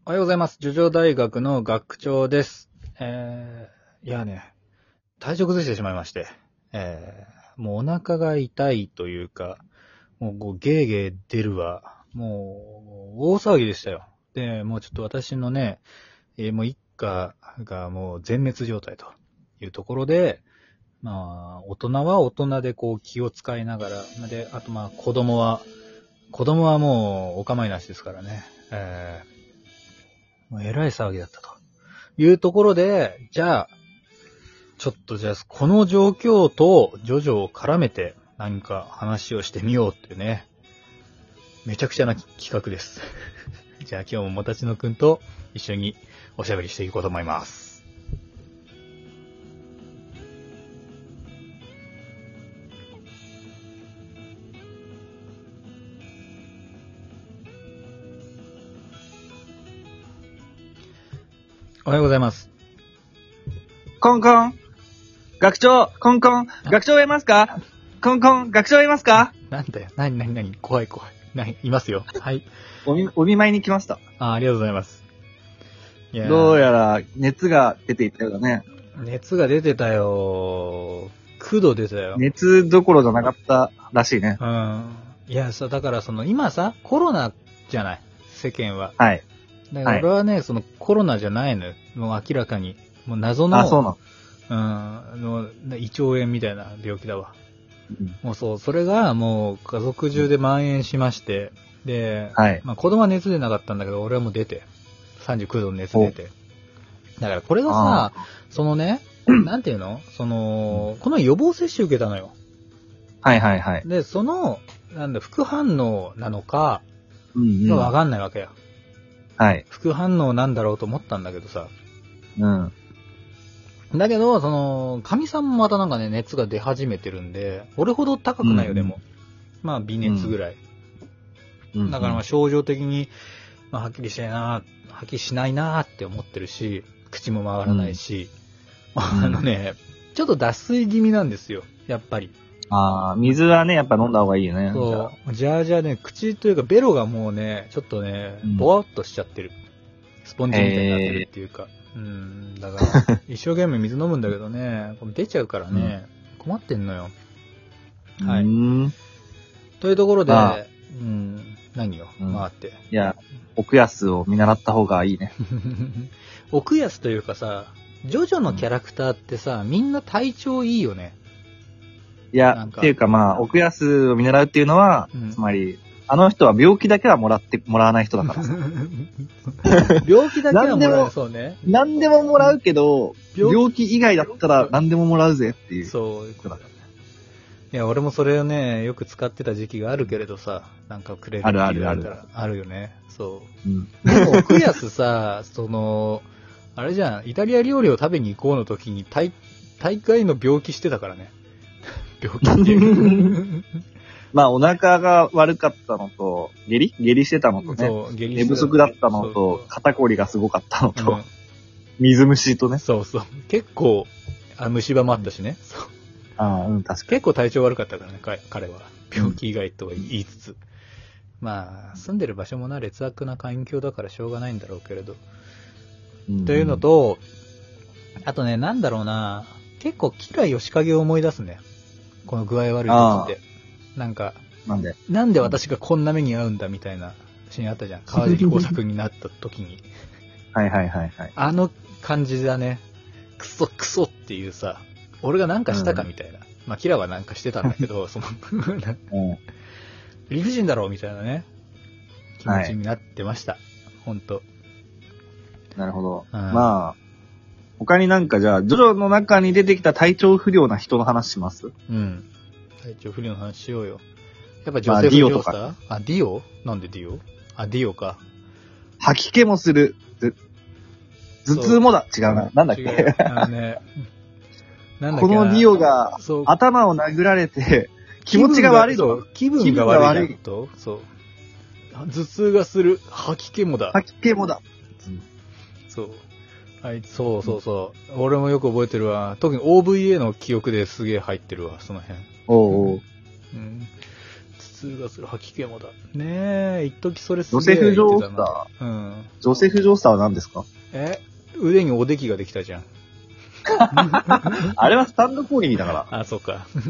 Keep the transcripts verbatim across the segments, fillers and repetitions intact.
おはようございます。ジョジョ大学の学長です。えー、いやね、体調崩してしまいまして、えー、もうお腹が痛いというか、もうこうゲーゲー出るわ。もう大騒ぎでしたよ。で、もうちょっと私のね、えー、もう一家がもう全滅状態というところで、まあ、大人は大人でこう気を使いながら、で、あとまあ子供は、子供はもうお構いなしですからね。えーもうえらい騒ぎだったというところで、じゃあ、ちょっとじゃあ、この状況とジョジョを絡めて何か話をしてみようっていうね、めちゃくちゃな企画です。じゃあ今日ももたちのくんと一緒におしゃべりしていこうと思います。おはようございます。 コンコン。学長、コンコン。学長いますか？コンコン、学長いますか？ なんだよ。なになになに怖い怖い。なにいますよ。はい。 お見、お見舞いに来ました。 あ、ありがとうございます。 いやどうやら熱が出ていたようだね。 熱が出てたよ。きゅうど出てたよ。 熱どころじゃなかったらしいね。 うん。いや、さ、だからその今さ、コロナじゃない。世間は。 はい。 だから俺はね、はい、そのコロナじゃないのよ。もう明らかに。もう謎の、 あ、そうなの。 うん、の胃腸炎みたいな病気だわ。 うん、 もうそう、それがもう家族中で蔓延しまして、で、 はい。 まあ子供は熱出なかったんだけど、俺はもう出て、さんじゅうきゅうどの熱出て。だからこれがさ、そのね、なんていうのその、この予防接種受けたのよ。 はいはいはい。 で、その、なんだ、副反応なのか、 うんうん、 わかんないわけよ。 はい。 副反応なんだろうと思ったんだけどさ。 うん。 だけど、その、神さんもまたなんかね、熱が出始めてるんで、俺ほど高くないよ、うん、でも。まあ、微熱ぐらい。うん、だからまあ、症状的に、まあ、はっきりしないな、はっきりしないなって思ってるし、口も回らないし、うん、あのね、ちょっと脱水気味なんですよ、やっぱり。 ああ、水はね、やっぱ飲んだ方がいいよね。 そう。じゃあじゃあね、口というかベロがもうね、ちょっとね、ぼわっとしちゃってる。スポンジみたいになってるっていうか。うん、だから、一生懸命水飲むんだけどね、出ちゃうからね、うん、困ってんのよ。はい。というところで、うん、何よ、うん、回って。 いや、奥安を見習った方がいいね。 奥安というかさ、ジョジョのキャラクターってさ、みんな体調いいよね。 いや、っていうかまあ、奥安を見習うっていうのは、うん、つまり、あの人は病気だけはもらって、もらわない人だからさ。 病気だけはもらう、そうね。 何でももらうけど、病気以外だったら何でももらうぜっていう。 そういうことだからね。いや、俺もそれをね、よく使ってた時期があるけれどさ、なんかくれるって言われたら、あるあるある。あるよね。そう。うん、でも、奥安さ、その、あれじゃん、イタリア料理を食べに行こうの時に大、大会の病気してたからね。病気っていう。 まあ、お腹が悪かったのと、下痢下痢してたのとね。そう、下痢してた。寝不足だったのと、そうそう肩こりがすごかったのと、うん、水虫とね。 そうそう。結構、あ虫歯もあったしね。そう。 ああ、うん、確かに。 結構体調悪かったからね、彼は。病気以外とは言いつつ。うん、まあ、住んでる場所もな、劣悪な環境だからしょうがないんだろうけれど。うん、というのと、あとね、なんだろうな、結構、キラヨシカゲを思い出すね。この具合悪い時って。なんか、 なんでなんで私がこんな目に遭うんだみたいなシーンあったじゃん。川尻工作になった時に。 はいはいはいはい。 あの感じだね。クソクソっていうさ、俺がなんかしたかみたいな。うん、まあ、キラはなんかしてたんだけど、その、うん、理不尽だろうみたいなね、気持ちになってました。はい、ほんと。 なるほど。うん、まあ、他になんかじゃあ、ジョジョの中に出てきた体調不良な人の話します？ うん。体調不良の話しようよ。やっぱジョセフ・ジョースター？あ、ディオ？なんでディオ？あ、ディオか。 吐き気もする。頭痛もだ。違うな。なんだっけ？ あのね、 なんだっけこのディオが頭を殴られて気持ちが悪いと。気分が悪いと。そう。頭痛がする。吐き気もだ。 吐き気もだ。 うん、そう。はい、そうそうそう、うん。俺もよく覚えてるわ。特に オーブイエー の記憶ですげえ入ってるわ、その辺。 おうおう。 うん。頭痛がする吐き気もだ。ねえ、一時それすげえジョセフ・ジョ言ってたースタな。うん。 ー。ジョセフ・ジョースターは何ですか？ え腕におできができたじゃん。 あれはスタンドコーリーだかあ、そうか。 ら。うん。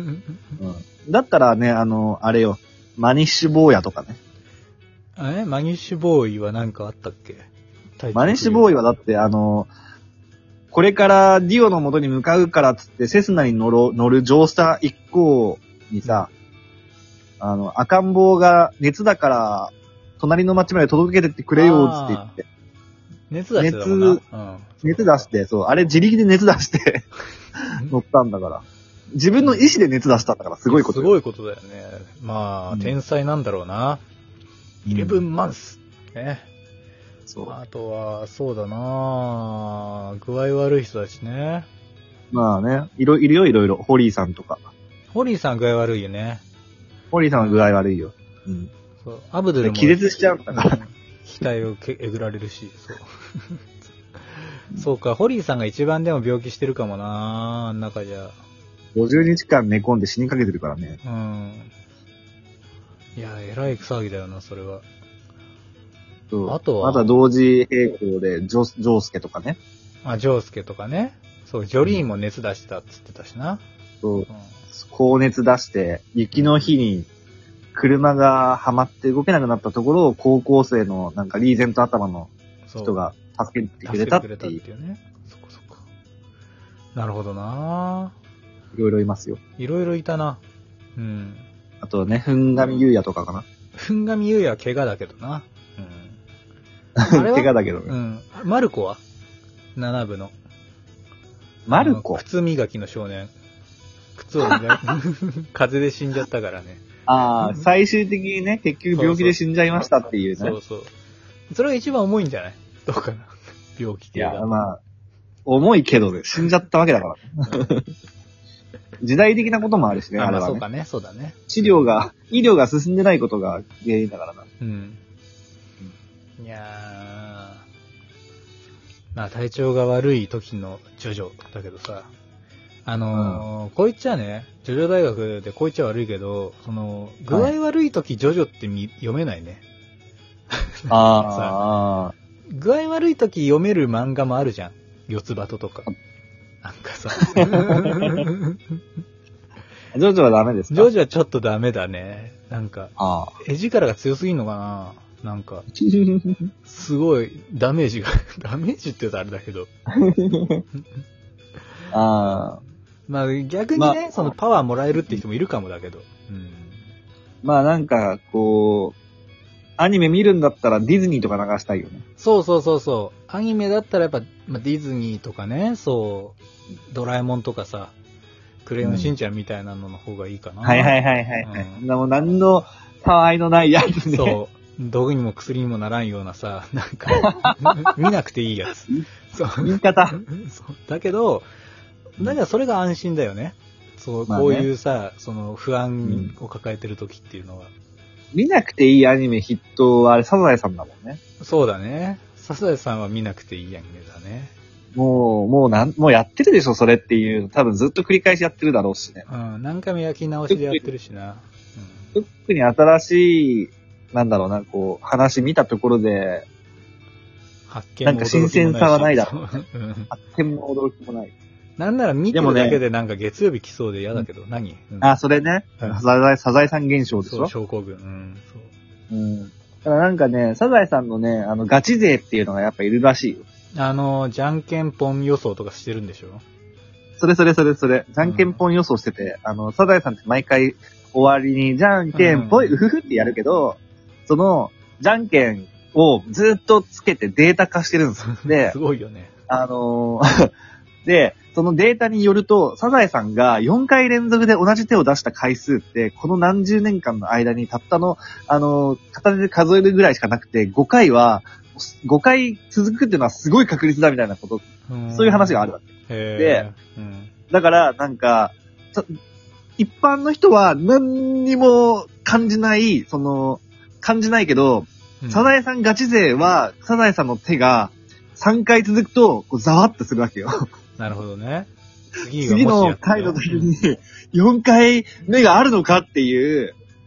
だったらね、あの、あれよ。マニッシュ坊やとかね。 えマニッシュボーイは何かあったっけ？ マニッシュボーイはだって、あの、これからディオの元に向かうからっつってセスナに乗る、乗るジョースター一行にさ、あの、赤ん坊が熱だから、隣の町まで届けてってくれよっつって言って。 熱出してたもんな。 熱、うん、熱出して、そう、あれ自力で熱出して乗ったんだから。自分の意思で熱出したんだからすごいことすごいことだよね。まあ、うん、天才なんだろうな。イレブンマンス。ね。そう。あとは、そうだな具合悪い人たちね。 まあね、いろ、いるよ、いろいろ。ホリーさんとか。 ホリーさん具合悪いよね。 ホリーさんは具合悪いよ。うん。 そう。アブドゥルも。 気絶しちゃうんだから。 額をけえぐられるし、そう。そうか、ホリーさんが一番でも病気してるかもなあん中じゃ。 ごじゅうにちかん寝込んで死にかけてるからね。 うん。いや、えらい騒ぎだよな、それは。 そう。あとは。まだ同時並行で、ジョ、ジョースケとかね。 あ、ジョースケとかね。そう、ジョリーンも熱出してたって言ってたしな。 そう。うん、高熱出して、雪の日に車がはまって動けなくなったところを高校生のなんかリーゼント頭の人が助けてくれたっていう。助けてくれたっていうね。そこそこ。 なるほどな。 いろいろいますよ。 いろいろいたな。うん。 あとね、ふんがみゆうやとかかな。 ふんがみゆうやは怪我だけどな。 うん。あれは怪我だけどね。 うん。マルコはなな部の。 マルコ靴磨きの少年。靴を磨い風邪で死んじゃったからね。 ああ、最終的にね、結局病気で死んじゃいましたっていうね。 そうそう。それが一番重いんじゃない？どうかな。病気系が。 いや、まあ、重いけどね、死んじゃったわけだから。時代的なこともあるしね、あれはね。 そうかね、そうだね。 治療が、医療が進んでないことが原因だからな。 うん。いやー、まあ体調が悪い時のジョジョだけどさ、あのーうん、こいつはね、ジョジョ大学でこいつは悪いけど、その、具合悪い時ジョジョってみ、はい、読めないね。 ああ。 具合悪い時読める漫画もあるじゃん。四つ葉ととか。なんかさ。 ジョジョはダメですか？ ジョジョはちょっとダメだね。なんか、 あ絵力が強すぎんのかな？なんか、すごいダメージが、ダメージって言うとあれだけど。 ああ。 まあ逆にね、まあ、そのパワーもらえるって人もいるかもだけど。うん、 まあなんか、こう、アニメ見るんだったらディズニーとか流したいよね。 そうそうそうそう。アニメだったらやっぱ、まあ、ディズニーとかね、そう、ドラえもんとかさ、クレヨンしんちゃんみたいなのの方がいいかな。 うん、はいはいはいはい、はい。うん、もう何のたわいのないやつね。 そう。道具にも薬にもならんようなさ、なんか、見なくていいやつ。 そう。言い方。 そうだけど、だからそれが安心だよね。そう、まあね、こういうさ、その不安を抱えてる時っていうのは。 見なくていいアニメ筆頭はあれ、サザエさんだもんね。 そうだね。サザエさんは見なくていいアニメだね。 もう、もうなん、もうやってるでしょ、それっていう。多分ずっと繰り返しやってるだろうしね。 うん、何回も焼き直しでやってるしな。 うん、特に新しい、なんだろうな、こう、話見たところで、 発見もなんか新鮮さはないだろう、ね。うん、発見も驚きもない。 なんなら見てるだけでなんか月曜日来そうで嫌だけど、ね、何、 うん、あ、それね。サザエ、サザエさん現象でしょ？ そう、症候群。うん、 そう。うん。だからなんかね、サザエさんのね、あの、ガチ勢っていうのがやっぱいるらしいよ。 あの、じゃんけんぽん予想とかしてるんでしょ？ それそれそれそれ。じゃんけんぽん予想してて、うん、あの、サザエさんって毎回終わりに、じゃんけんぽい、うふふってやるけど、その、じゃんけんをずっとつけてデータ化してるんですよ。で、 すごいよね。 あのー、で、そのデータによると、サザエさんがよんかい連続で同じ手を出した回数って、この何十年間の間にたったの、あのー、片手で数えるぐらいしかなくて、ごかいは、ごかい続くっていうのはすごい確率だみたいなこと、そういう話があるわけ。で、うん、だからなんか、一般の人は何にも感じない、その、感じないけど、うん、サザエさんガチ勢は、サザエさんの手がさんかい続くと、こうザワッとするわけよ。 なるほどね。 次, 次の回の時によんかいめがあるのかっていう、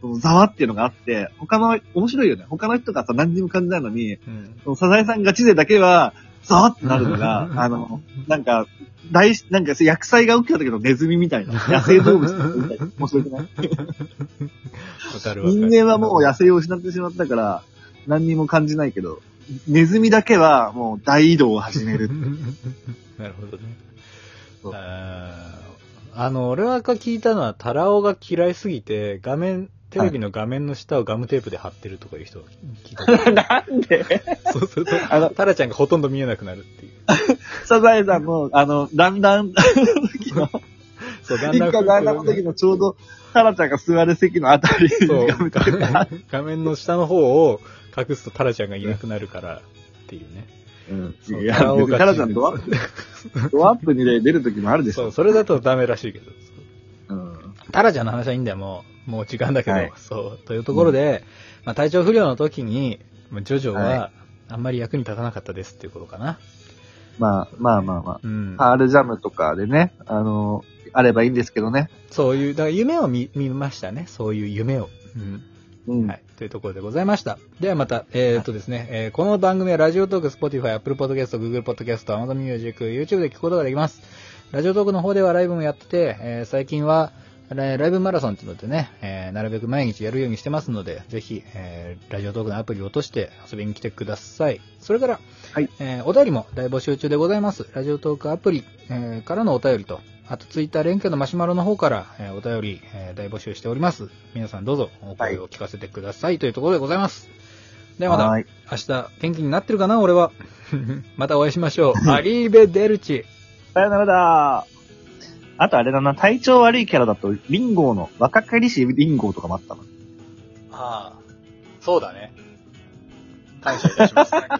そのざわっていうのがあって、他の、面白いよね。他の人がさ、何にも感じないのに、 うん。 そのサザエさんがちでだけは、ざわってなるのが、あの、なんか、大、なんか、薬剤が起きた時のネズミみたいな。野生動物みたいな。面白くない？ わかるわかる。 人間はもう野生を失ってしまったから、何にも感じないけど、ネズミだけはもう大移動を始める。 なるほどね。 そうあーあの、俺が聞いたのは、タラオが嫌いすぎて、画面、テレビの画面の下をガムテープで貼ってるとかいう人を聞いたことある。 なんでそうすると、 あのタラちゃんがほとんど見えなくなるっていう。 サザエさんも、あの、だんだん、時の、 そう、だん一だん家だんだんの時のちょうど、タラちゃんが座る席のあたりそうに画面画面、画面の下の方を隠すとタラちゃんがいなくなるからっていうね。 うん。 そういや、 タラオがタラちゃんドアップ、ドアップに出る時もあるでしょ。 そう、それだとダメらしいけど。 うん。 タラちゃんの話はいいんだよ、もう。もう時間だけど。 はいそう。というところで、まあ、体調不良の時に、まあジョジョははあんまり役に立たなかったですっていうことかな。 まあ、まあまあまうん。 あ。パールジャムとかでね、あの、あればいいんですけどね。 そういう、だから夢を見、見ましたね。そういう夢を。うん。 うん。 はい。というところでございました。ではまた、えー、っとですね、えーこの番組はラジオトーク、Spotify、Apple Podcast、Google Podcast、Amazon Music、YouTube で聞くことができます。ラジオトークの方ではライブもやってて、えー最近はライライブマラソンっていうのでね、えーなるべく毎日やるようにしてますので、ぜひ、えーラジオトークのアプリを落として遊びに来てください。それから、 はいえーお便りも大募集中でございます。ラジオトークアプリ、えーからのお便りと、あとツイッター連携のマシュマロの方から、えーお便り、えー大募集しております。皆さんどうぞお声を聞かせてください、というところでございます。ではまた、 はい。 明日元気になってるかな俺は。またお会いしましょう。アリーベデルチ。 さよならだー。あとあれだな、体調悪いキャラだと、リンゴーの、若かりしリンゴーとかもあったの。 ああ、そうだね。感謝いたします。